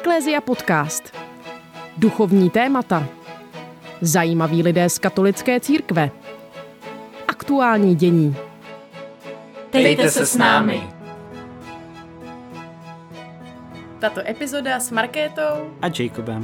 Eklézia podcast. Duchovní témata. Zajímaví lidé z katolické církve. Aktuální dění. Dejte se s námi. Tato epizoda s Markétou a Jacobem.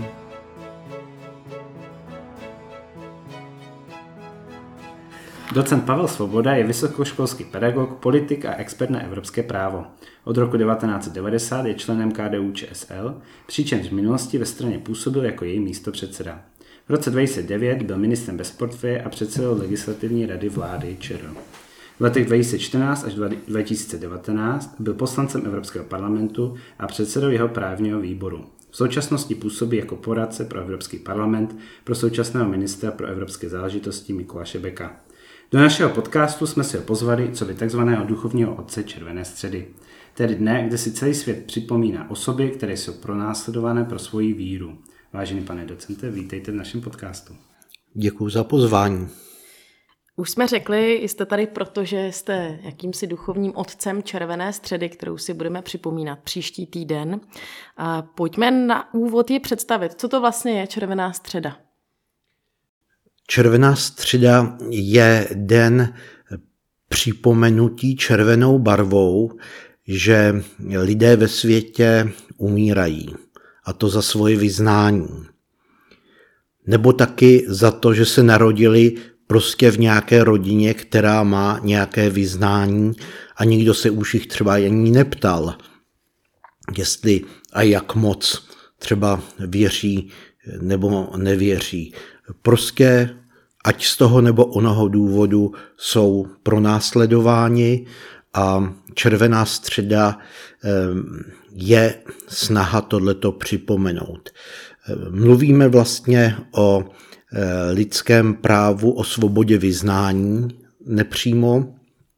Docent Pavel Svoboda je vysokoškolský pedagog, politik a expert na evropské právo. Od roku 1990 je členem KDU-ČSL, přičemž v minulosti ve straně působil jako její místopředseda. V roce 2009 byl ministrem bez portfeje a předsedou legislativní rady vlády ČR. V letech 2014 až 2019 byl poslancem Evropského parlamentu a předsedou jeho právního výboru. V současnosti působí jako poradce pro Evropský parlament pro současného ministra pro evropské záležitosti Mikuláše Beka. Do našeho podcastu jsme si ho pozvali coby takzvaného duchovního otce Červené středy, tedy dne, kde si celý svět připomíná osoby, které jsou pronásledované pro svoji víru. Vážený pane docente, vítejte v našem podcastu. Děkuji za pozvání. Už jsme řekli, jste tady proto, že jste jakýmsi duchovním otcem Červené středy, kterou si budeme připomínat příští týden. A pojďme na úvod ji představit. Co to vlastně je Červená středa? Červená středa je den připomenutí červenou barvou, že lidé ve světě umírají, a to za svoje vyznání. Nebo taky za to, že se narodili prostě v nějaké rodině, která má nějaké vyznání a nikdo se už jich třeba ani neptal, jestli a jak moc třeba věří nebo nevěří. Prostě ať z toho nebo onoho důvodu jsou pronásledováni a Červená středa je snaha tohleto připomenout. Mluvíme vlastně o lidském právu, o svobodě vyznání nepřímo,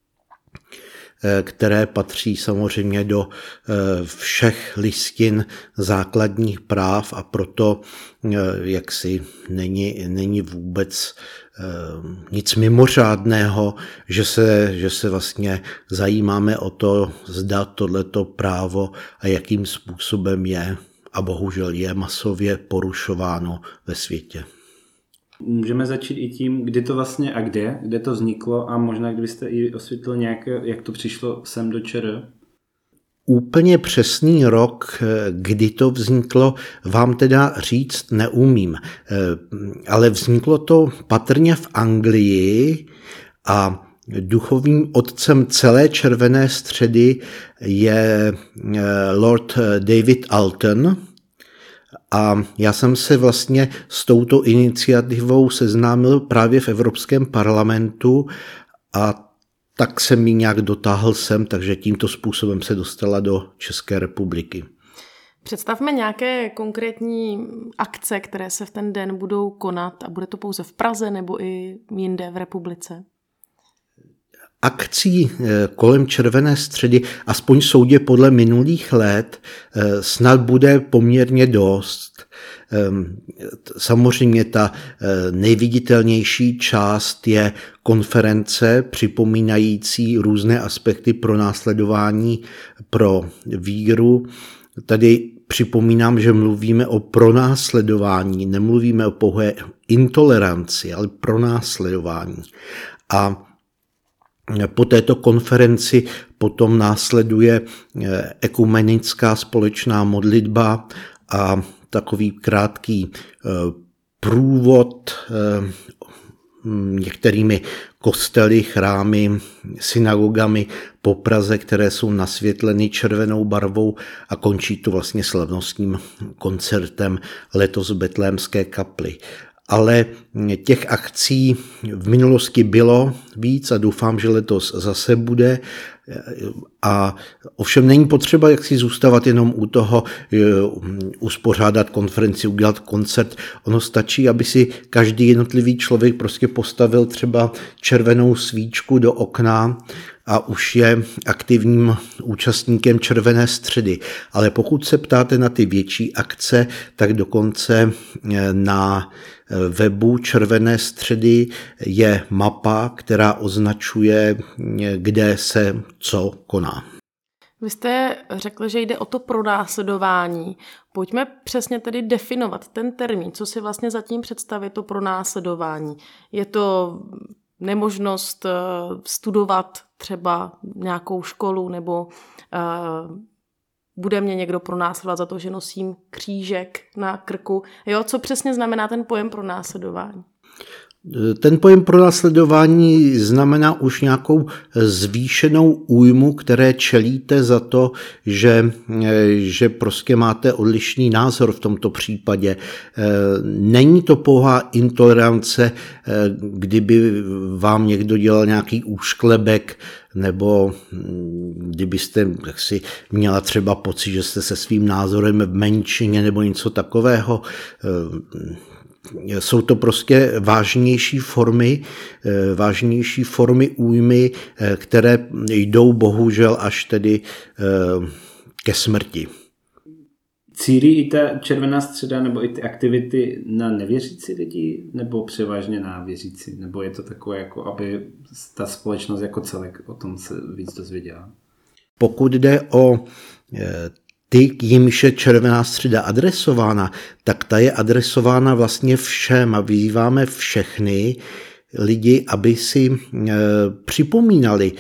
které patří samozřejmě do všech listin základních práv a proto jaksi není vůbec nic mimořádného, že se vlastně zajímáme o to, zda tohleto právo a jakým způsobem je a bohužel je masově porušováno ve světě. Můžeme začít i tím, kdy to vlastně a kde to vzniklo a možná kdybyste i osvětlil nějaké, jak to přišlo sem do ČR. Úplně přesný rok, kdy to vzniklo, vám teda říct neumím, ale vzniklo to patrně v Anglii a duchovním otcem celé Červené středy je Lord David Alton. A já jsem se vlastně s touto iniciativou seznámil právě v Evropském parlamentu a tak jsem ji nějak dotáhl sem, takže tímto způsobem se dostala do České republiky. Představme nějaké konkrétní akce, které se v ten den budou konat a bude to pouze v Praze nebo i jinde v republice? Akcí kolem Červené středy, aspoň soudě podle minulých let, snad bude poměrně dost. Samozřejmě ta nejviditelnější část je konference připomínající různé aspekty pronásledování pro víru. Tady připomínám, že mluvíme o pronásledování, nemluvíme o pouhé intoleranci, ale pronásledování. A po této konferenci potom následuje ekumenická společná modlitba a takový krátký průvod některými kostely, chrámy, synagogami po Praze, které jsou nasvětleny červenou barvou a končí to vlastně slavnostním koncertem letos v Betlémské kapli. Ale těch akcí v minulosti bylo víc a doufám, že letos zase bude. A ovšem není potřeba jak si zůstávat jenom u toho, uspořádat konferenci, udělat koncert. Ono stačí, aby si každý jednotlivý člověk prostě postavil třeba červenou svíčku do okna a už je aktivním účastníkem Červené středy. Ale pokud se ptáte na ty větší akce, tak dokonce na webu Červené středy je mapa, která označuje, kde se co koná. Vy jste řekl, že jde o to pronásledování. Pojďme přesně tedy definovat ten termín, co si vlastně zatím představit to pronásledování. Je to nemožnost studovat třeba nějakou školu, nebo bude mě někdo pronásledovat za to, že nosím křížek na krku. Jo, co přesně znamená ten pojem pronásledování? Ten pojem pronásledování znamená už nějakou zvýšenou újmu, které čelíte za to, že prostě máte odlišný názor v tomto případě. Není to pouhá intolerance, kdyby vám někdo dělal nějaký úšklebek, nebo kdybyste si měla třeba pocit, že jste se svým názorem v menšině nebo něco takového. Jsou to prostě vážnější formy újmy, které jdou bohužel až tedy ke smrti. Cílí i ta červená středa nebo i ty aktivity na nevěřící lidi nebo převážně na věřící? Nebo je to takové, jako aby ta společnost jako celek o tom se víc dozvěděla? Pokud jde o ty, jimž je červená středa adresována, tak ta je adresována vlastně všem a vyzýváme všechny lidi, aby si připomínali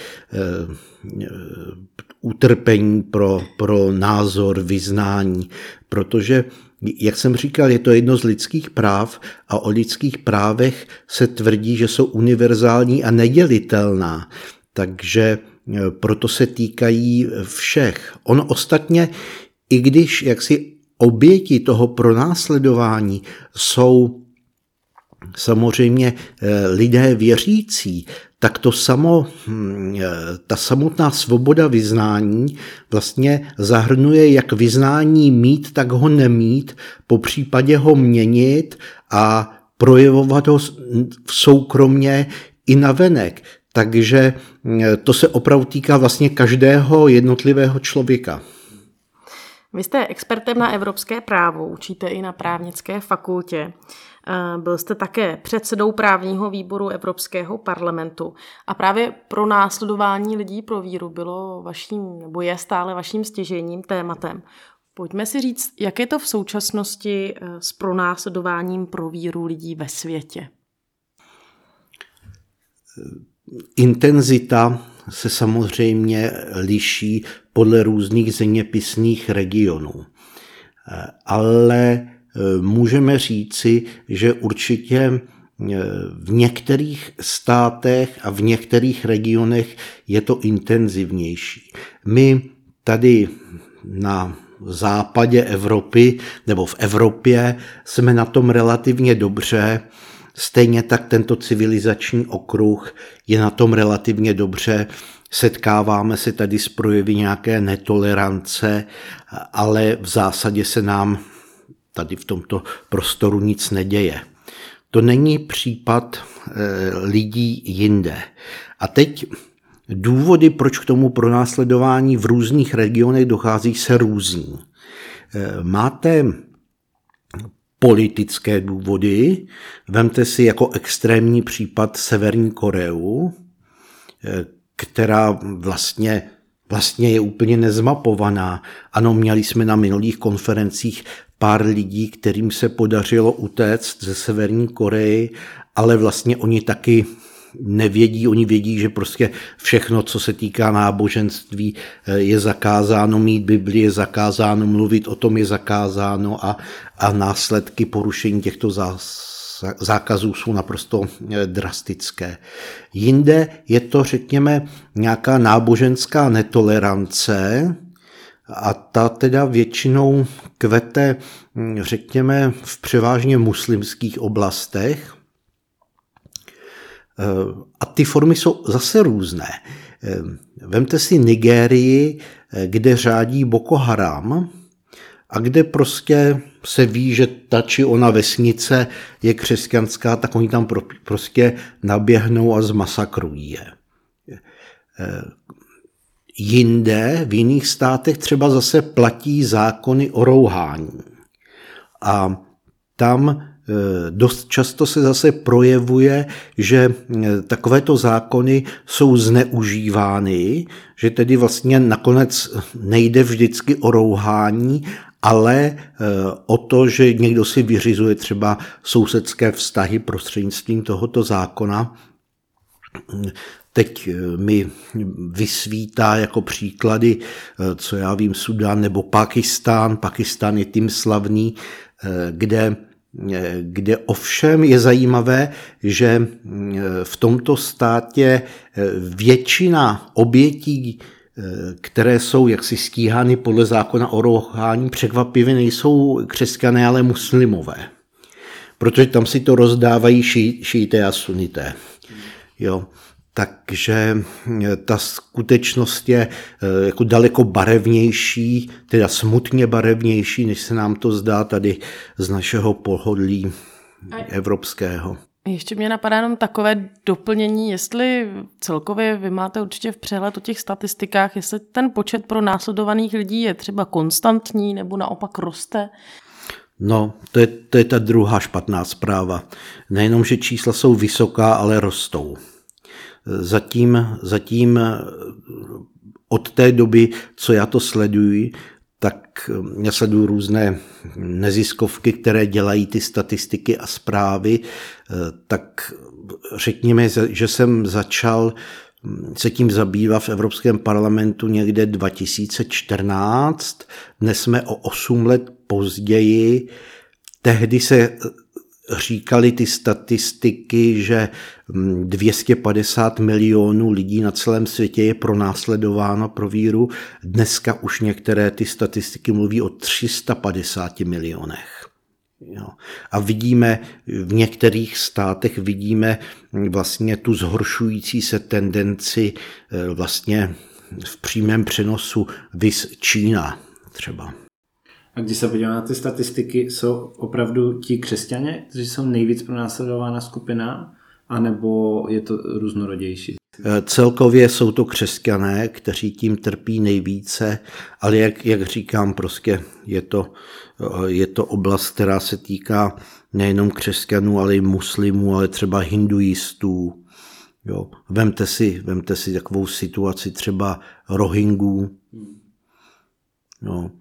utrpení pro názor, vyznání, protože, jak jsem říkal, je to jedno z lidských práv a o lidských právech se tvrdí, že jsou univerzální a nedělitelná, takže proto se týkají všech. Ono ostatně, i když jaksi oběti toho pronásledování jsou samozřejmě lidé věřící, tak ta samotná svoboda vyznání vlastně zahrnuje jak vyznání mít, tak ho nemít, popřípadě ho měnit a projevovat ho soukromně i navenek. Takže to se opravdu týká vlastně každého jednotlivého člověka. Vy jste expertem na evropské právo, učíte i na právnické fakultě. Byl jste také předsedou právního výboru Evropského parlamentu a právě pronásledování lidí pro víru bylo vaším, nebo je stále vaším stěžejním tématem. Pojďme si říct, jak je to v současnosti s pronásledováním pro víru lidí ve světě? Intenzita se samozřejmě liší podle různých zeměpisných regionů, ale můžeme říci, že určitě v některých státech a v některých regionech je to intenzivnější. My tady na západě Evropy nebo v Evropě jsme na tom relativně dobře. Stejně tak tento civilizační okruh je na tom relativně dobře. Setkáváme se tady s projevy nějaké netolerance, ale v zásadě se nám tady v tomto prostoru nic neděje. To není případ lidí jinde. A teď důvody, proč k tomu pronásledování v různých regionech dochází, se různí. Máte politické důvody. Vemte si jako extrémní případ Severní Koreu, která vlastně je úplně nezmapovaná. Ano, měli jsme na minulých konferencích pár lidí, kterým se podařilo utéct ze Severní Koreji, ale vlastně oni taky nevědí, oni vědí, že prostě všechno, co se týká náboženství, je zakázáno, mít Bibli je zakázáno, mluvit o tom je zakázáno a následky porušení těchto zákazů jsou naprosto drastické. Jinde je to, řekněme, nějaká náboženská netolerance a ta teda většinou kvete, řekněme, v převážně muslimských oblastech. A ty formy jsou zase různé. Vemte si Nigérii, kde řádí Boko Haram a kde prostě se ví, že ta či ona vesnice je křesťanská, tak oni tam prostě naběhnou a zmasakrují je. Jinde, v jiných státech třeba zase platí zákony o rouhání. A tam dost často se zase projevuje, že takovéto zákony jsou zneužívány, že tedy vlastně nakonec nejde vždycky o rouhání, ale o to, že někdo si vyřizuje třeba sousedské vztahy prostřednictvím tohoto zákona. Teď mi vysvítá jako příklady, co já vím, Súdán nebo Pákistán. Pákistán je tím slavný, kde ovšem je zajímavé, že v tomto státě většina obětí, které jsou jaksi stíhány podle zákona o rouhání, překvapivě nejsou křesťané, ale muslimové. Protože tam si to rozdávají šíité a sunité. Jo. Takže ta skutečnost je jako daleko barevnější, teda smutně barevnější, než se nám to zdá tady z našeho pohodlí evropského. Ještě mě napadá jenom takové doplnění, jestli celkově vy máte určitě v přehled o těch statistikách, jestli ten počet pronásledovaných lidí je třeba konstantní nebo naopak roste. No, to je ta druhá špatná zpráva. Nejenom, že čísla jsou vysoká, ale rostou. Zatím od té doby, co já to sleduji, tak já sleduju různé neziskovky, které dělají ty statistiky a zprávy, tak řekněme, že jsem začal se tím zabývat v Evropském parlamentu někde 2014, dnes jsme o 8 let později, tehdy se říkali ty statistiky, že 250 milionů lidí na celém světě je pronásledováno pro víru. Dneska už některé ty statistiky mluví o 350 milionech. Jo. A vidíme, v některých státech vidíme vlastně tu zhoršující se tendenci vlastně v přímém přenosu vis Čína třeba. A když se podíváme na ty statistiky, jsou opravdu ti křesťané, kteří jsou nejvíc pronásledována skupina, anebo je to různorodější? Celkově jsou to křesťané, kteří tím trpí nejvíce, ale jak říkám, prostě je to oblast, která se týká nejenom křesťanů, ale i muslimů, ale třeba hinduistů. Jo. Vemte si takovou situaci třeba Rohingů. No.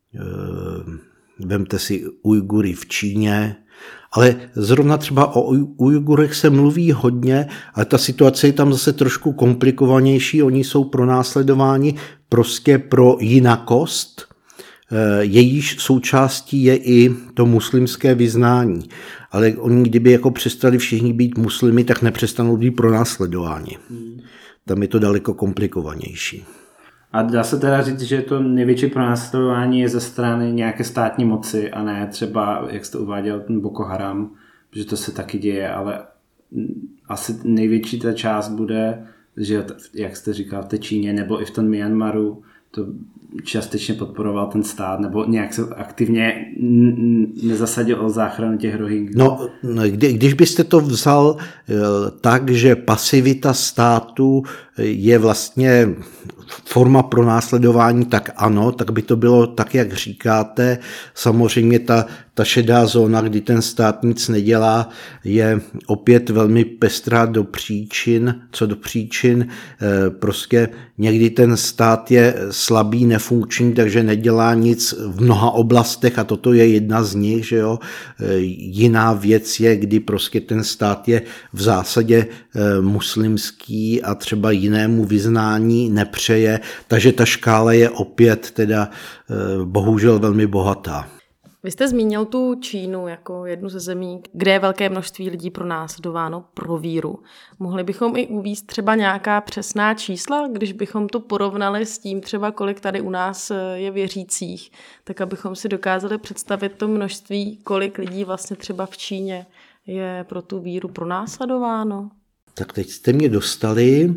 Vemte si Ujgury v Číně, ale zrovna třeba o Ujgurech se mluví hodně, ale ta situace je tam zase trošku komplikovanější, oni jsou pronásledováni prostě pro jinakost, jejíž součástí je i to muslimské vyznání, ale oni kdyby jako přestali všichni být muslimy, tak nepřestanou být pronásledováni. Tam je to daleko komplikovanější. A dá se teda říct, že to největší pronásledování je ze strany nějaké státní moci a ne třeba, jak jste uváděl, ten Boko Haram, že to se taky děje, ale asi největší ta část bude, že jak jste říkal, v té Číně nebo i v tom Myanmaru to částečně podporoval ten stát nebo nějak se aktivně nezasadil o záchranu těch Rohingů. No, když byste to vzal tak, že pasivita státu je vlastně forma pronásledování, tak ano, tak by to bylo tak, jak říkáte. Samozřejmě ta šedá zóna, kdy ten stát nic nedělá, je opět velmi pestrá do příčin. Prostě někdy ten stát je slabý, nefunkční, takže nedělá nic v mnoha oblastech a toto je jedna z nich, že jo. Jiná věc je, kdy prostě ten stát je v zásadě muslimský a třeba jinému vyznání nepřeje, takže ta škála je opět teda bohužel velmi bohatá. Vy jste zmínil tu Čínu jako jednu ze zemí, kde je velké množství lidí pronásledováno pro víru. Mohli bychom i uvést třeba nějaká přesná čísla, když bychom to porovnali s tím třeba, kolik tady u nás je věřících, tak abychom si dokázali představit to množství, kolik lidí vlastně třeba v Číně je pro tu víru pronásledováno. Tak teď jste mě dostali.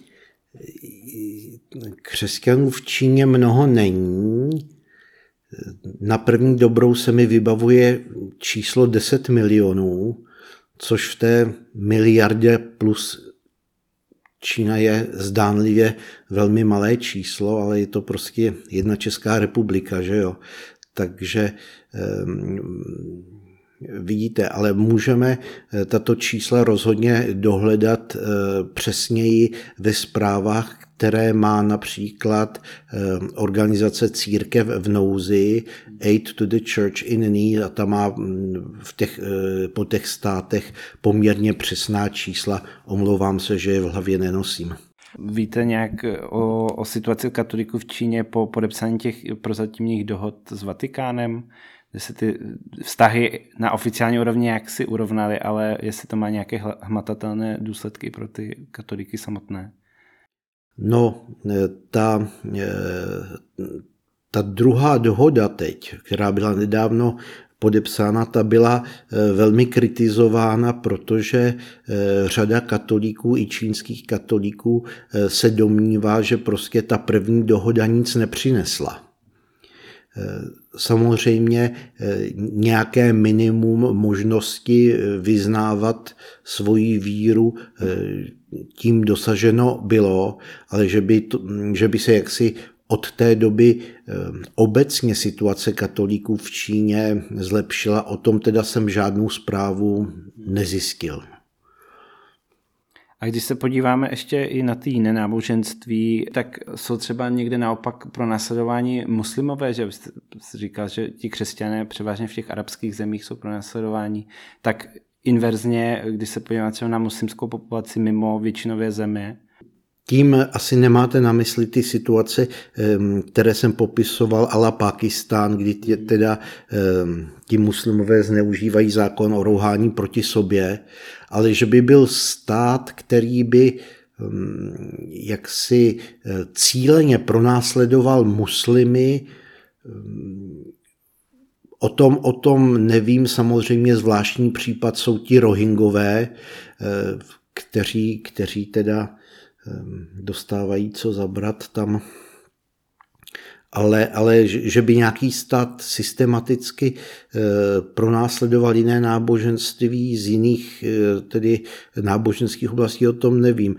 Křesťanů v Číně mnoho není. Na první dobrou se mi vybavuje číslo 10 milionů, což v té miliardě plus Čína je zdánlivě velmi malé číslo, ale je to prostě jedna Česká republika, že jo. Takže vidíte, ale můžeme tato čísla rozhodně dohledat přesněji ve zprávách, které má například organizace Církev v nouzi, Aid to the Church in Need, a ta má po těch státech poměrně přesná čísla. Omlouvám se, že je v hlavě nenosím. Víte nějak o situaci katolíků v Číně po podepsání těch prozatímních dohod s Vatikánem? Že se ty vztahy na oficiální úrovni jak si urovnaly, ale jestli to má nějaké hmatatelné důsledky pro ty katolíky samotné? No, ta druhá dohoda teď, která byla nedávno podepsána, ta byla velmi kritizována, protože řada katolíků i čínských katolíků se domnívá, že prostě ta první dohoda nic nepřinesla. Samozřejmě nějaké minimum možnosti vyznávat svoji víru tím dosaženo bylo, ale že by se jaksi od té doby obecně situace katolíků v Číně zlepšila, o tom teda jsem žádnou zprávu nezjistil. A když se podíváme ještě i na ty jiné náboženství, tak jsou třeba někde naopak pro následování muslimové, že jste říkal, že ti křesťané převážně v těch arabských zemích jsou pro následování, tak inverzně, když se podíváme třeba na muslimskou populaci mimo většinové země. Tím asi nemáte na mysli ty situace, které jsem popisoval ala Pákistán, kdy teda ti muslimové zneužívají zákon o rouhání proti sobě, ale že by byl stát, který by jaksi cíleně pronásledoval muslimy, o tom nevím. Samozřejmě zvláštní případ jsou ti Rohingové, kteří teda dostávají co zabrat tam, ale že by nějaký stát systematicky pronásledoval jiné náboženství z jiných tedy náboženských oblastí, o tom nevím.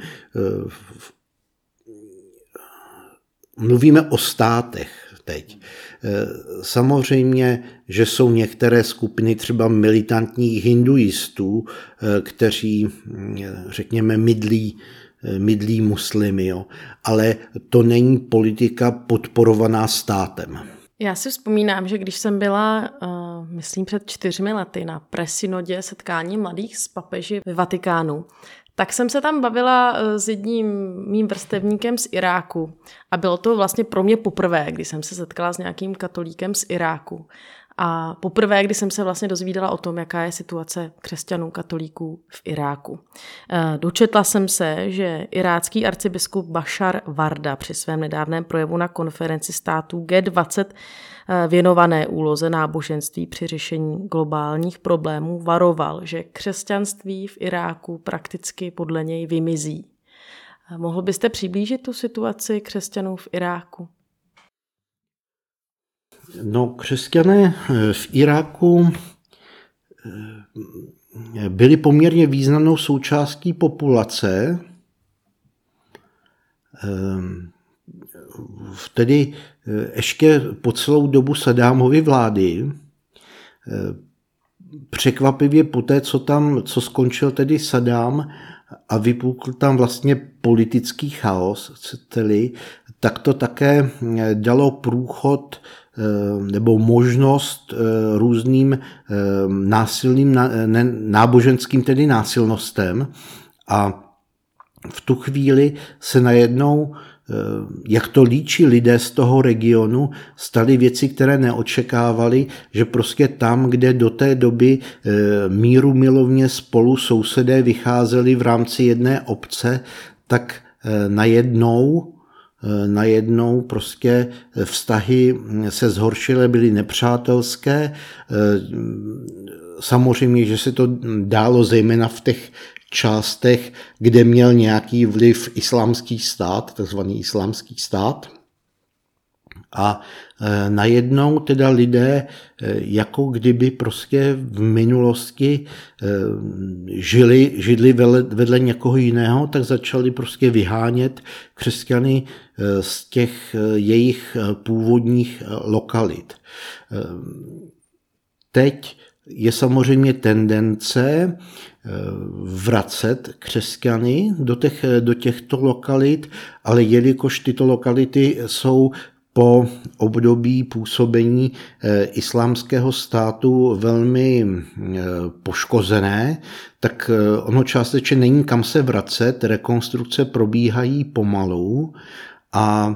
Mluvíme o státech teď. Samozřejmě, že jsou některé skupiny třeba militantních hinduistů, kteří, řekněme, mydlí muslimy, jo. Ale to není politika podporovaná státem. Já si vzpomínám, že když jsem byla, myslím před 4 lety na presynodě setkání mladých s papeži ve Vatikánu, tak jsem se tam bavila s jedním mým vrstevníkem z Iráku. A bylo to vlastně pro mě poprvé, kdy jsem se setkala s nějakým katolíkem z Iráku. A poprvé, kdy jsem se vlastně dozvídala o tom, jaká je situace křesťanů, katolíků v Iráku. Dočetla jsem se, že irácký arcibiskup Bashar Warda při svém nedávném projevu na konferenci států G20 věnované úloze náboženství při řešení globálních problémů varoval, že křesťanství v Iráku prakticky podle něj vymizí. Mohl byste přiblížit tu situaci křesťanů v Iráku? No, křesťané v Iráku byli poměrně významnou součástí populace. Tedy ještě po celou dobu Saddámovy vlády. Překvapivě poté, co skončil tedy Saddám a vypukl tam vlastně politický chaos, tak to také dalo průchod nebo možnost různým násilným náboženským tedy násilnostem, a v tu chvíli se najednou, jak to líčí lidé z toho regionu, staly věci, které neočekávali, že prostě tam, kde do té doby míru milovně spolu sousedé vycházeli v rámci jedné obce, tak najednou prostě vztahy se zhoršily, byly nepřátelské. Samozřejmě, že se to dálo zejména v těch částech, kde měl nějaký vliv islámský stát, takzvaný islámský stát. A najednou teda lidé, jako kdyby prostě v minulosti žili vedle někoho jiného, tak začali prostě vyhánět křesťany z těch jejich původních lokalit. Teď je samozřejmě tendence vracet křesťany do těchto lokalit, ale jelikož tyto lokality jsou po období působení islámského státu velmi poškozené, tak ono částečně není kam se vracet, rekonstrukce probíhají pomalu a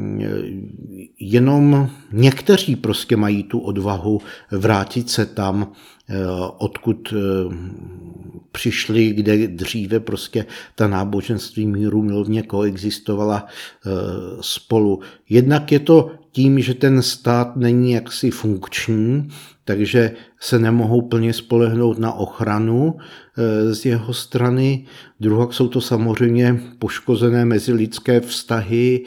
jenom někteří prostě mají tu odvahu vrátit se tam, odkud přišli, kde dříve prostě ta náboženství míru milovně koexistovala spolu. Jednak je to tím, že ten stát není jaksi funkční, takže se nemohou plně spolehnout na ochranu z jeho strany. Druhak jsou to samozřejmě poškozené mezilidské vztahy,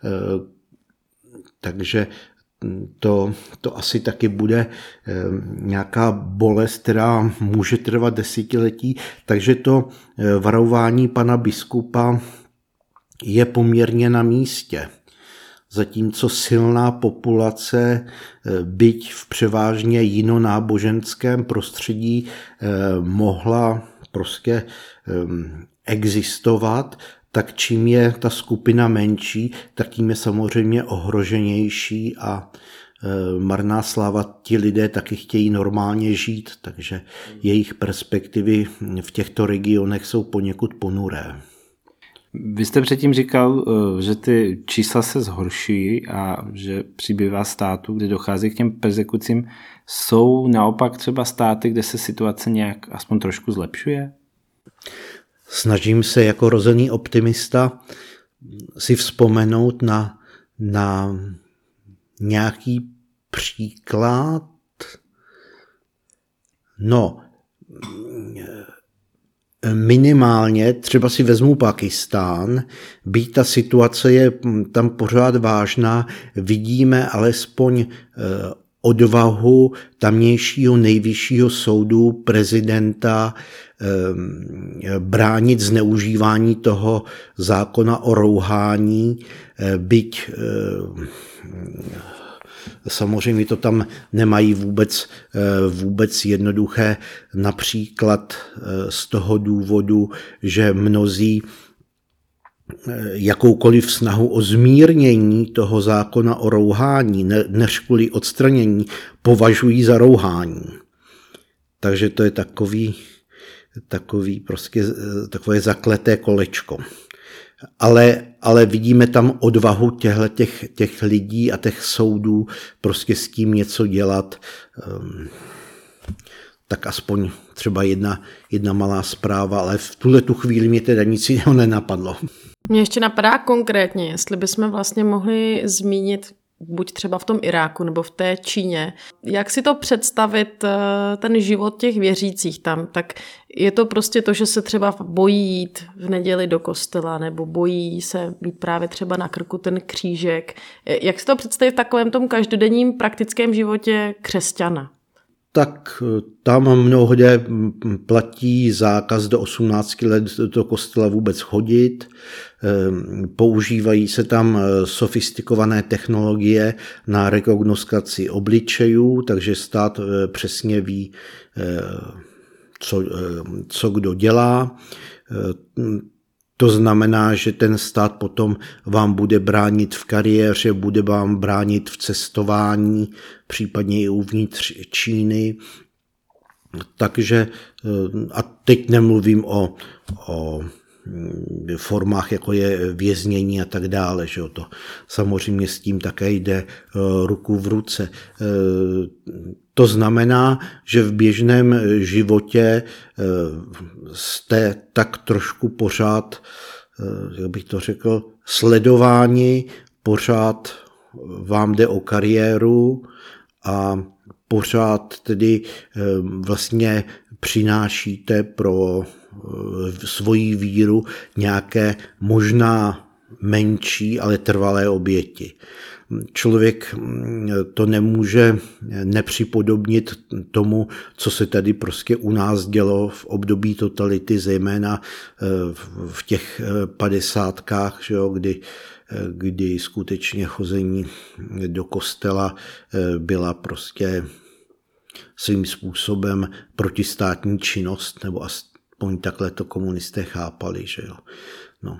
takže to asi taky bude nějaká bolest, která může trvat desetiletí, takže to varování pana biskupa je poměrně na místě. Zatímco silná populace, byť v převážně jinonáboženském prostředí, mohla prostě existovat, tak čím je ta skupina menší, tak tím je samozřejmě ohroženější a marná sláva, ti lidé taky chtějí normálně žít, takže jejich perspektivy v těchto regionech jsou poněkud ponuré. Vy jste předtím říkal, že ty čísla se zhoršují a že přibývá států, kde dochází k těm perzekucím. Jsou naopak třeba státy, kde se situace nějak aspoň trošku zlepšuje? Snažím se jako rozený optimista si vzpomenout na nějaký příklad. No, minimálně, třeba si vezmu Pakistán, byť ta situace je tam pořád vážná, vidíme alespoň odvahu tamnějšího nejvyššího soudu, prezidenta, bránit zneužívání toho zákona o rouhání, byť samozřejmě to tam nemají vůbec jednoduché, například z toho důvodu, že mnozí jakoukoliv snahu o zmírnění toho zákona o rouhání, než kvůli odstranění, považují za rouhání. Takže to je takové zakleté kolečko. Ale vidíme tam odvahu těch lidí a těch soudů prostě s tím něco dělat. Tak aspoň třeba jedna malá zpráva, ale v tu chvíli mě teda nic jiného nenapadlo. Mě ještě napadá konkrétně, jestli bychom vlastně mohli zmínit buď třeba v tom Iráku nebo v té Číně, jak si to představit, ten život těch věřících tam, tak je to prostě to, že se třeba bojí jít v neděli do kostela nebo bojí se mít právě třeba na krku ten křížek. Jak si to představit v takovém tom každodenním praktickém životě křesťana? Tak tam mnohde platí zákaz do 18 let do kostela vůbec chodit, používají se tam sofistikované technologie na rekognoskaci obličejů, takže stát přesně ví, co kdo dělá. To znamená, že ten stát potom vám bude bránit v kariéře, bude vám bránit v cestování, případně i uvnitř Číny. Takže, a teď nemluvím o formách, jako je věznění a tak dále, že to samozřejmě s tím také jde ruku v ruce. To znamená, že v běžném životě jste tak trošku pořád, jak bych to řekl, sledováni, pořád vám jde o kariéru a pořád tedy vlastně přinášíte pro svoji víru nějaké možná menší, ale trvalé oběti. Člověk to nemůže nepřipodobnit tomu, co se tady prostě u nás dělo v období totality, zejména v těch 50kách, že jo, kdy skutečně chození do kostela byla prostě svým způsobem protistátní činnost, nebo aspoň takhle to komunisté chápali. Že jo. No.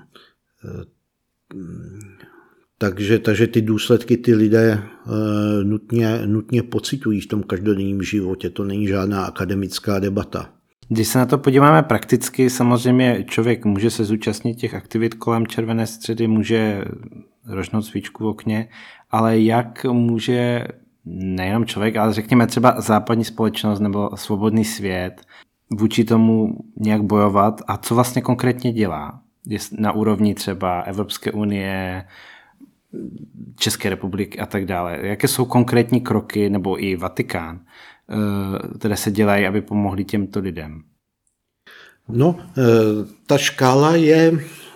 Takže ty důsledky ty lidé nutně pociťují v tom každodenním životě. To není žádná akademická debata. Když se na to podíváme prakticky, samozřejmě člověk může se zúčastnit těch aktivit kolem Červené středy, může rožnout svíčku v okně, ale jak může nejenom člověk, ale řekněme třeba západní společnost nebo svobodný svět vůči tomu nějak bojovat a co vlastně konkrétně dělá? Na úrovni třeba Evropské unie, České republiky a tak dále. Jaké jsou konkrétní kroky, nebo i Vatikán, které se dělají, aby pomohli těmto lidem? No, ta škála je,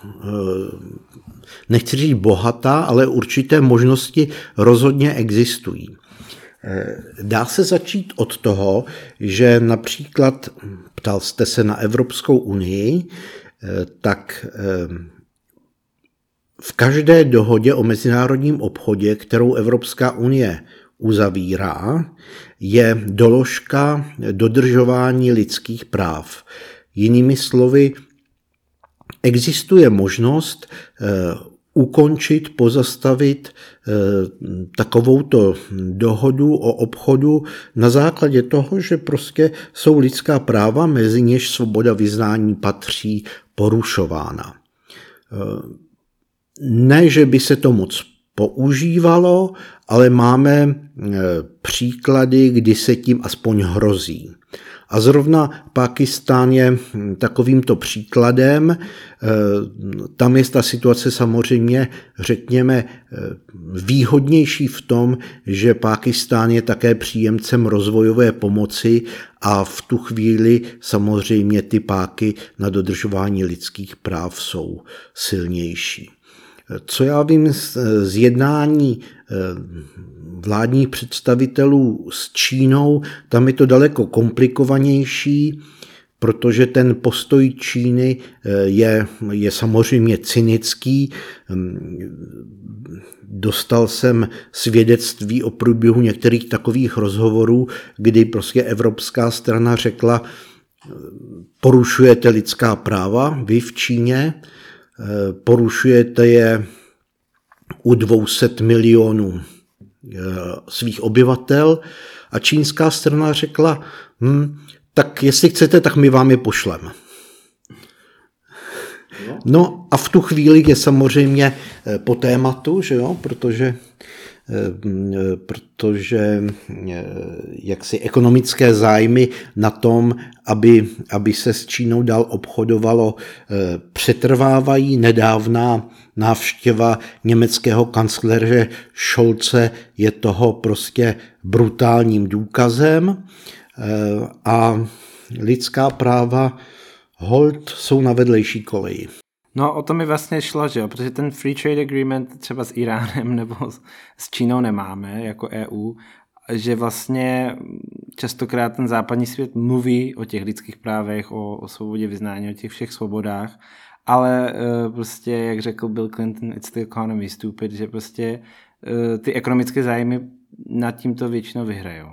nechci říct bohatá, ale určité možnosti rozhodně existují. Dá se začít od toho, že například, ptal jste se na Evropskou unii, tak v každé dohodě o mezinárodním obchodě, kterou Evropská unie uzavírá, je doložka dodržování lidských práv. Jinými slovy, existuje možnost ukončit, pozastavit takovouto dohodu o obchodu na základě toho, že prostě jsou lidská práva, mezi něž svoboda vyznání patří, porušována. Ne, že by se to moc používalo, ale máme příklady, kdy se tím aspoň hrozí. A zrovna Pákistán je takovýmto příkladem. Tam je ta situace samozřejmě, řekněme, výhodnější v tom, že Pákistán je také příjemcem rozvojové pomoci a v tu chvíli samozřejmě ty páky na dodržování lidských práv jsou silnější. Co já vím z jednání vládních představitelů s Čínou, tam je to daleko komplikovanější, protože ten postoj Číny je samozřejmě cynický. Dostal jsem svědectví o průběhu některých takových rozhovorů, kdy prostě evropská strana řekla, porušujete lidská práva, vy v Číně, porušujete je u 200 milionů svých obyvatel a čínská strana řekla, tak jestli chcete, tak my vám je pošleme. No a v tu chvíli je samozřejmě po tématu, že jo, protože jaksi ekonomické zájmy na tom, aby se s Čínou dál obchodovalo, přetrvávají. Nedávná návštěva německého kancléře Scholze je toho prostě brutálním důkazem a lidská práva holt jsou na vedlejší koleji. No o to mi vlastně šlo, že jo, protože ten Free Trade Agreement třeba s Iránem nebo s Čínou nemáme jako EU, že vlastně častokrát ten západní svět mluví o těch lidských právech, o svobodě vyznání, o těch všech svobodách, ale prostě, jak řekl Bill Clinton, it's the economy stupid, že prostě ty ekonomické zájmy nad tímto většinou vyhrajou.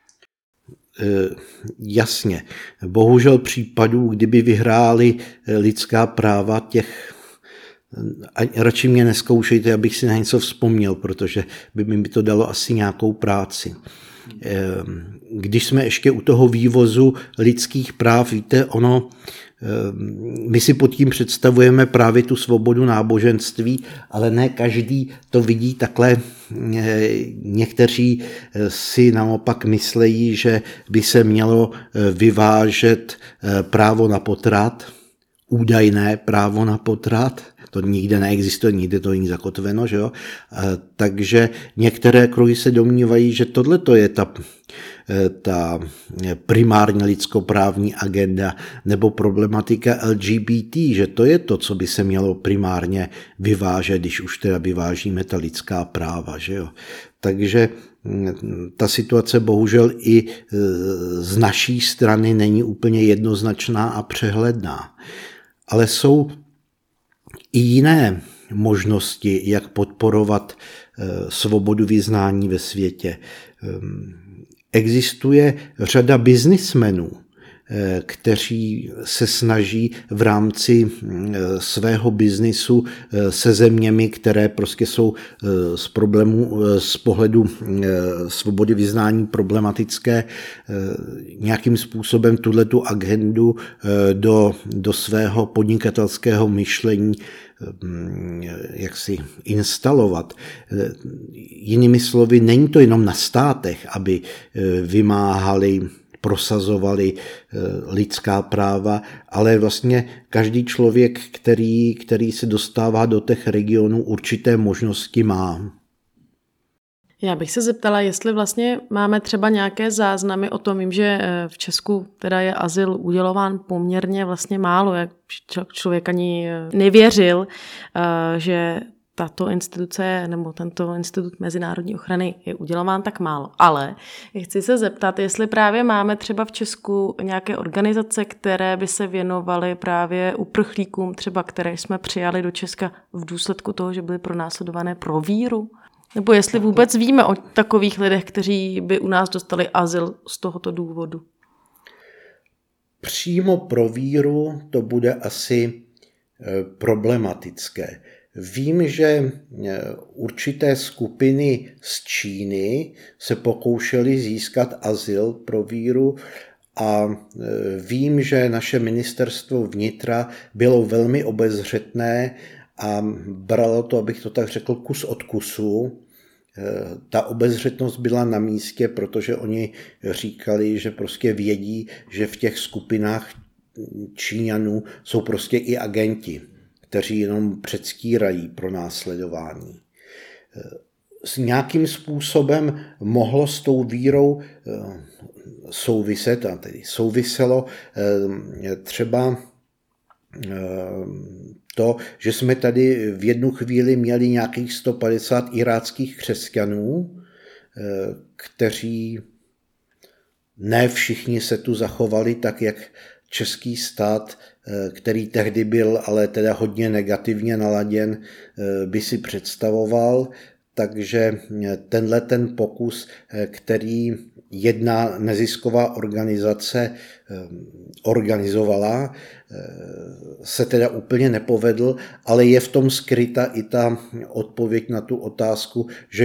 Jasně. Bohužel případů, kdyby vyhráli lidská práva těch, radši mě nezkoušejte, abych si na něco vzpomněl, protože by mi to dalo asi nějakou práci. Když jsme ještě u toho vývozu lidských práv, víte, my si pod tím představujeme právě tu svobodu náboženství, ale ne každý to vidí takhle. Někteří si naopak myslejí, že by se mělo vyvážet právo na potrat, údajné právo na potrat. To nikde neexistuje, nikde to není zakotveno, že jo? Takže některé kruhy se domnívají, že tohle to je ta primární lidskoprávní agenda nebo problematika LGBT, že to je to, co by se mělo primárně vyvážet, když už teda vyvážíme ta lidská práva, že jo? Takže ta situace bohužel i z naší strany není úplně jednoznačná a přehledná. Ale jsou i jiné možnosti, jak podporovat svobodu vyznání ve světě. existuje řada biznismenů, kteří se snaží v rámci svého biznisu se zeměmi, které prostě jsou z pohledu svobody vyznání problematické, nějakým způsobem tuhletu agendu do svého podnikatelského myšlení jak si instalovat. Jinými slovy, není to jenom na státech, aby vymáhali, prosazovali lidská práva, ale vlastně každý člověk, který se dostává do těch regionů, určité možnosti má. Já bych se zeptala, jestli vlastně máme třeba nějaké záznamy o tom, vím, že v Česku teda je azyl udělován poměrně vlastně málo, jak člověk ani nevěřil, že tato instituce nebo tento institut mezinárodní ochrany je udělován tak málo. Ale chci se zeptat, jestli právě máme třeba v Česku nějaké organizace, které by se věnovaly právě uprchlíkům, třeba které jsme přijali do Česka v důsledku toho, že byly pronásledované pro víru. Nebo jestli vůbec víme o takových lidech, kteří by u nás dostali azyl z tohoto důvodu. Přímo pro víru to bude asi problematické. Vím, že určité skupiny z Číny se pokoušely získat azyl pro víru a vím, že naše ministerstvo vnitra bylo velmi obezřetné a bralo to, abych to tak řekl, kus od kusu. Ta obezřetnost byla na místě, protože oni říkali, že prostě vědí, že v těch skupinách Číňanů jsou prostě i agenti, kteří jenom předstírají pronásledování. S nějakým způsobem mohlo s tou vírou souviset, a tedy souviselo třeba to, že jsme tady v jednu chvíli měli nějakých 150 iráckých křesťanů, kteří ne všichni se tu zachovali tak, jak český stát, který tehdy byl ale teda hodně negativně naladěn, by si představoval. Takže ten pokus, který jedna nezisková organizace organizovala, se teda úplně nepovedl, ale je v tom skryta i ta odpověď na tu otázku, že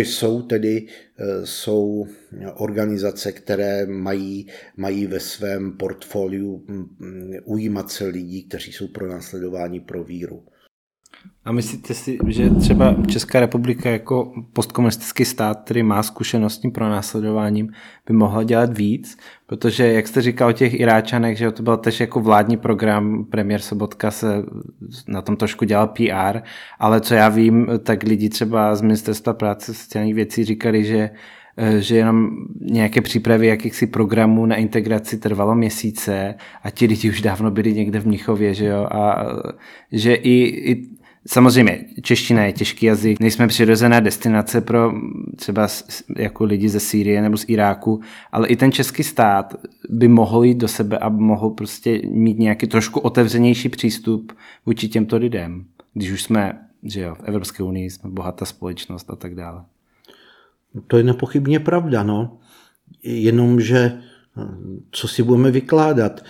jsou organizace, které mají ve svém portfoliu ujímat se lidí, kteří jsou pronásledováni pro víru. A myslíte si, že třeba Česká republika jako postkomunistický stát, který má zkušenost s tím pronásledováním, by mohla dělat víc? Protože, jak jste říkal o těch Iráčanech, že to byl tež jako vládní program, premiér Sobotka se na tom trošku dělal PR, ale co já vím, tak lidi třeba z Ministerstva práce a sociálních věcí říkali, že jenom nějaké přípravy jakýchsi programů na integraci trvalo měsíce a ti lidi už dávno byli někde v Mnichově, že jo, a že i samozřejmě čeština je těžký jazyk, nejsme přirozená destinace pro třeba jako lidi ze Sýrie nebo z Iráku, ale i ten český stát by mohl jít do sebe a mohl prostě mít nějaký trošku otevřenější přístup vůči těmto lidem, když už jsme, že jo, v Evropské unii jsme bohatá společnost a tak dále. To je nepochybně pravda, no. Jenomže, co si budeme vykládat?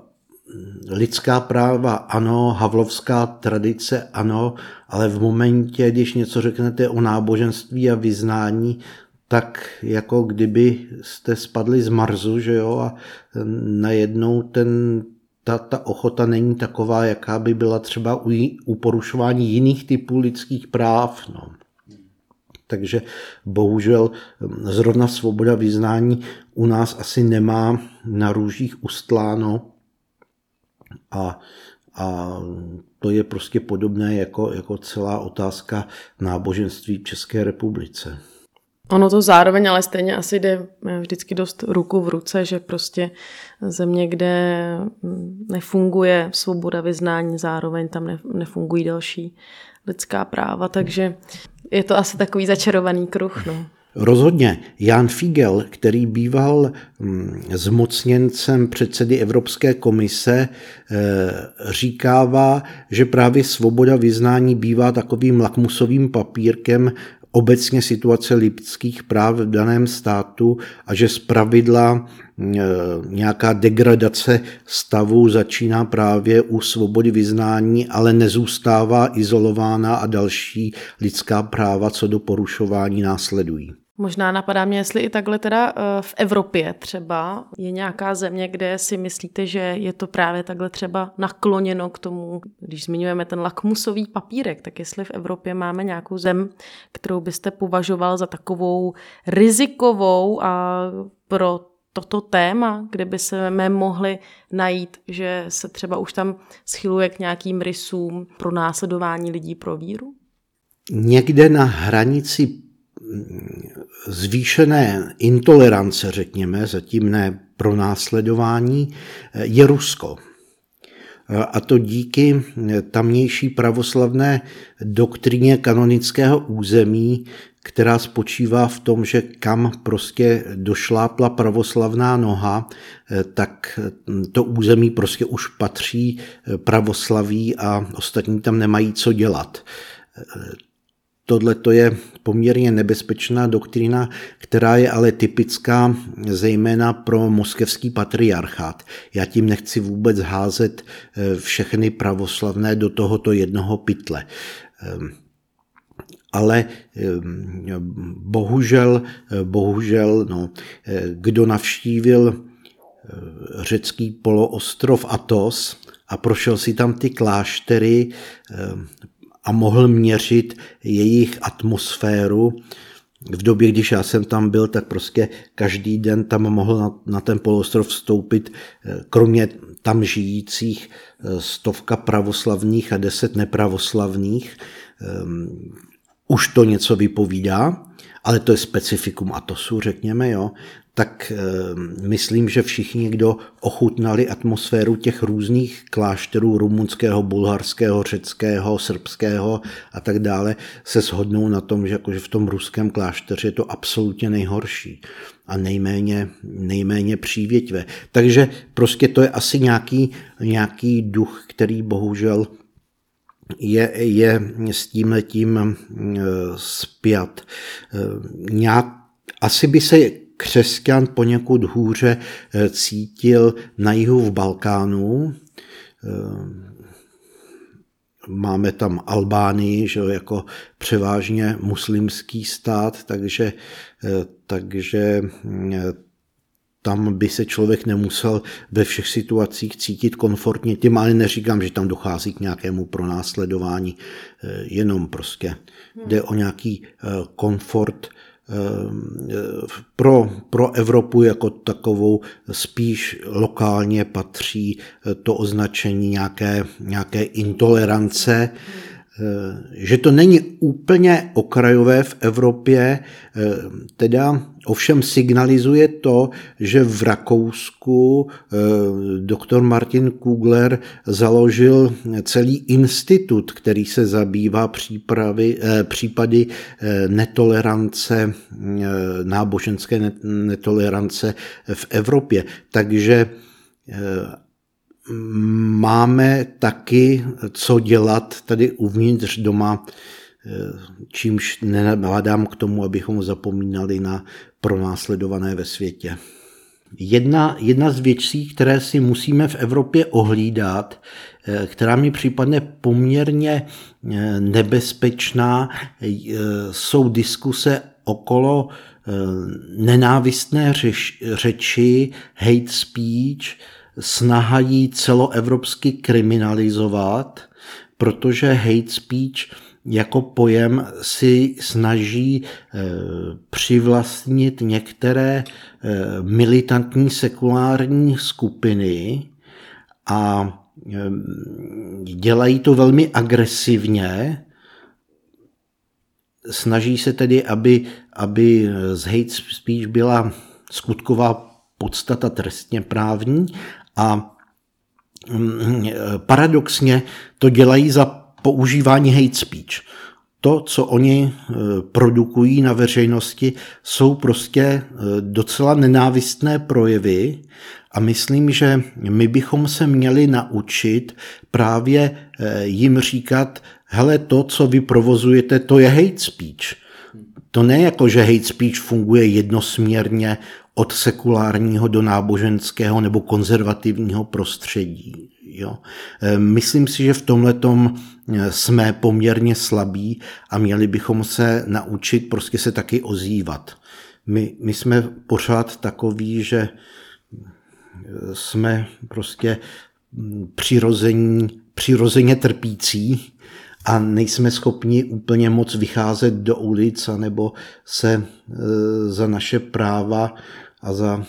Lidská práva ano, havlovská tradice ano, ale v momentě, když něco řeknete o náboženství a vyznání, tak jako kdyby jste spadli z Marsu, že jo, a najednou ta ochota není taková, jaká by byla třeba u porušování jiných typů lidských práv, no. Takže bohužel zrovna svoboda vyznání u nás asi nemá na růžích ustláno a to je prostě podobné jako celá otázka náboženství v České republice. Ono to zároveň ale stejně asi jde vždycky dost ruku v ruce, že prostě země, kde nefunguje svoboda vyznání, zároveň tam nefungují další lidská práva, takže je to asi takový začarovaný kruh. No. Rozhodně. Jan Figel, který býval zmocněncem předsedy Evropské komise, říkává, že právě svoboda vyznání bývá takovým lakmusovým papírkem obecně situace lidských práv v daném státu a že zpravidla nějaká degradace stavu začíná právě u svobody vyznání, ale nezůstává izolována a další lidská práva co do porušování následují. Možná napadá mě, jestli i takhle teda v Evropě třeba je nějaká země, kde si myslíte, že je to právě takhle třeba nakloněno k tomu, když zmiňujeme ten lakmusový papírek, tak jestli v Evropě máme nějakou zem, kterou byste považoval za takovou rizikovou a pro toto téma, kde by se mohli najít, že se třeba už tam schyluje k nějakým rysům pro následování lidí pro víru? Někde na hranici zvýšené intolerance, řekněme, zatím ne pronásledování, je Rusko. A to díky tamnější pravoslavné doktríně kanonického území, která spočívá v tom, že kam prostě došlápla pravoslavná noha, tak to území prostě už patří pravoslaví a ostatní tam nemají co dělat. Tohle to je poměrně nebezpečná doktrína, která je ale typická zejména pro moskevský patriarchát. Já tím nechci vůbec házet všechny pravoslavné do tohoto jednoho pytle. Ale bohužel, kdo navštívil řecký poloostrov Athos a prošel si tam ty kláštery a mohl měřit jejich atmosféru. V době, když já jsem tam byl, tak prostě každý den tam mohl na ten poloostrov vstoupit, kromě tam žijících 100 pravoslavných a 10 nepravoslavných. Už to něco vypovídá, ale to je specifikum Athosu, řekněme, jo. Tak myslím, že všichni, kdo ochutnali atmosféru těch různých klášterů rumunského, bulharského, řeckého, srbského a tak dále, se shodnou na tom, že jakože v tom ruském klášteře je to absolutně nejhorší a nejméně přívětivé. Takže prostě to je asi nějaký duch, který bohužel je s tímhletím spjat. Asi by se křesťan poněkud hůře cítil na jihu v Balkánu. Máme tam Albánii, že jako převážně muslimský stát, takže tam by se člověk nemusel ve všech situacích cítit komfortně. Tím ale neříkám, že tam dochází k nějakému pronásledování, jenom prostě jde o nějaký komfort. Pro Evropu jako takovou spíš lokálně patří to označení nějaké intolerance, že to není úplně okrajové v Evropě, teda ovšem signalizuje to, že v Rakousku doktor Martin Kugler založil celý institut, který se zabývá případy netolerance, náboženské netolerance v Evropě. Takže máme taky co dělat tady uvnitř doma, čímž nenabádám k tomu, abychom zapomínali na pronásledované ve světě. Jedna z věcí, které si musíme v Evropě ohlídat, která mi připadne poměrně nebezpečná, jsou diskuse okolo nenávistné řeči, hate speech, snaha ji celoevropsky kriminalizovat, protože hate speech jako pojem si snaží přivlastnit některé militantní sekulární skupiny a dělají to velmi agresivně. Snaží se tedy, aby z hate speech byla skutková podstata trestně právní a paradoxně to dělají za používání hate speech. To, co oni produkují na veřejnosti, jsou prostě docela nenávistné projevy a myslím, že my bychom se měli naučit právě jim říkat, hele, to, co vy provozujete, to je hate speech. To ne jako, že hate speech funguje jednosměrně od sekulárního do náboženského nebo konzervativního prostředí. Jo. Myslím si, že v tomhletom jsme poměrně slabí a měli bychom se naučit prostě se taky ozývat. My jsme pořád takoví, že jsme prostě přirozeně trpící a nejsme schopni úplně moc vycházet do ulic nebo se za naše práva a za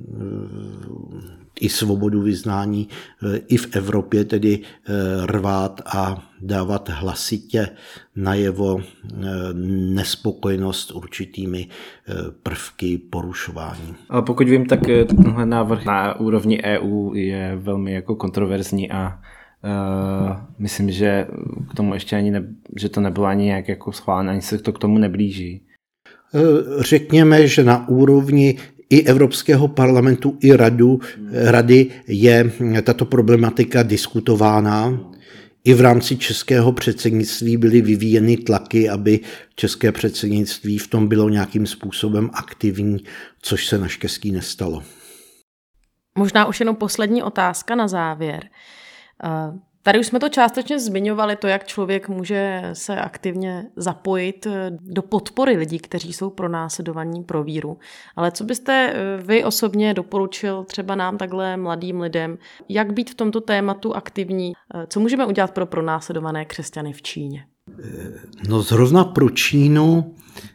i svobodu vyznání i v Evropě tedy rvát a dávat hlasitě najevo nespokojenost určitými prvky porušování. Ale pokud vím, tak tenhle návrh na úrovni EU je velmi jako kontroverzní a myslím, že k tomu ještě ani že to nebylo ani nějak jako schválené, ani se to k tomu neblíží. Řekněme, že na úrovni i Evropského parlamentu, i rady je tato problematika diskutována. I v rámci českého předsednictví byly vyvíjeny tlaky, aby české předsednictví v tom bylo nějakým způsobem aktivní, což se naštěstí nestalo. Možná už jenom poslední otázka na závěr. Tady už jsme to částečně zmiňovali, to, jak člověk může se aktivně zapojit do podpory lidí, kteří jsou pronásledovaní pro víru. Ale co byste vy osobně doporučil třeba nám takhle mladým lidem, jak být v tomto tématu aktivní? Co můžeme udělat pro pronásledované křesťany v Číně? No zrovna pro Čínu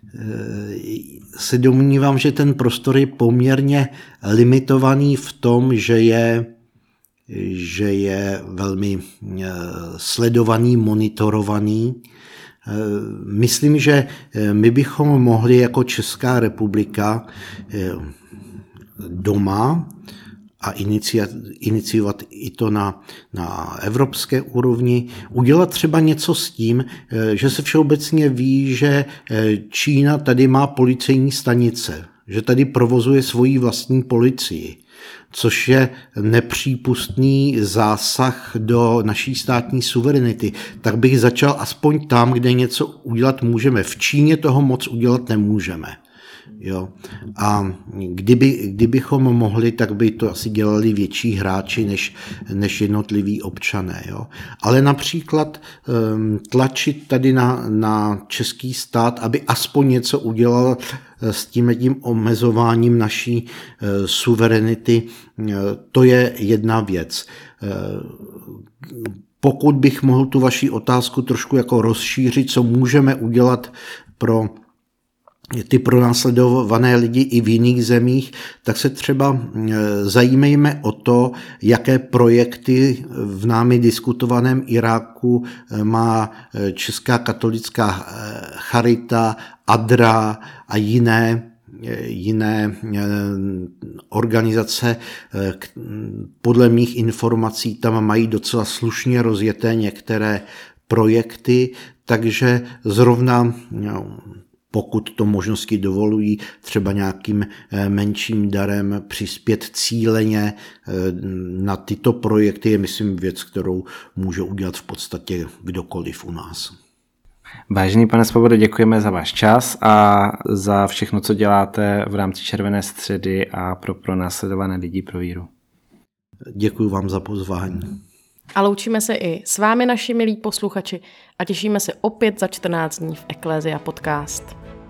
se domnívám, že ten prostor je poměrně limitovaný v tom, že je velmi sledovaný, monitorovaný. Myslím, že my bychom mohli jako Česká republika doma a iniciovat i to na evropské úrovni, udělat třeba něco s tím, že se všeobecně ví, že Čína tady má policejní stanice, že tady provozuje svoji vlastní policii, což je nepřípustný zásah do naší státní suverenity, tak bych začal aspoň tam, kde něco udělat můžeme. V Číně toho moc udělat nemůžeme. Jo. A kdybychom mohli, tak by to asi dělali větší hráči než jednotliví občané. Jo. Ale například tlačit tady na český stát, aby aspoň něco udělal s tím omezováním naší suverenity, to je jedna věc. Pokud bych mohl tu vaši otázku trošku jako rozšířit, co můžeme udělat pro ty pronásledované lidi i v jiných zemích, tak se třeba zajímejme o to, jaké projekty v námi diskutovaném Iráku má Česká katolická charita, ADRA a jiné organizace. Podle mých informací tam mají docela slušně rozjeté některé projekty, takže zrovna pokud to možnosti dovolují, třeba nějakým menším darem přispět cíleně na tyto projekty je, myslím, věc, kterou může udělat v podstatě kdokoliv u nás. Vážený pane Svobodo, děkujeme za váš čas a za všechno, co děláte v rámci Červené středy a pro pronásledované lidi pro víru. Děkuji vám za pozvání. A loučíme se i s vámi, naši milí posluchači, a těšíme se opět za 14 dní v Ecclesia Podcast.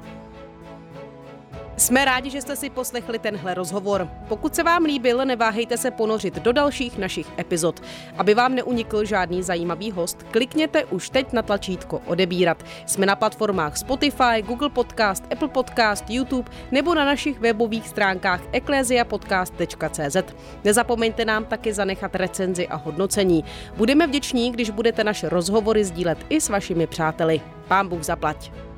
Jsme rádi, že jste si poslechli tenhle rozhovor. Pokud se vám líbil, neváhejte se ponořit do dalších našich epizod. Aby vám neunikl žádný zajímavý host, klikněte už teď na tlačítko odebírat. Jsme na platformách Spotify, Google Podcast, Apple Podcast, YouTube nebo na našich webových stránkách ecclesiapodcast.cz. Nezapomeňte nám taky zanechat recenzi a hodnocení. Budeme vděční, když budete naše rozhovory sdílet i s vašimi přáteli. Pán Bůh zaplať.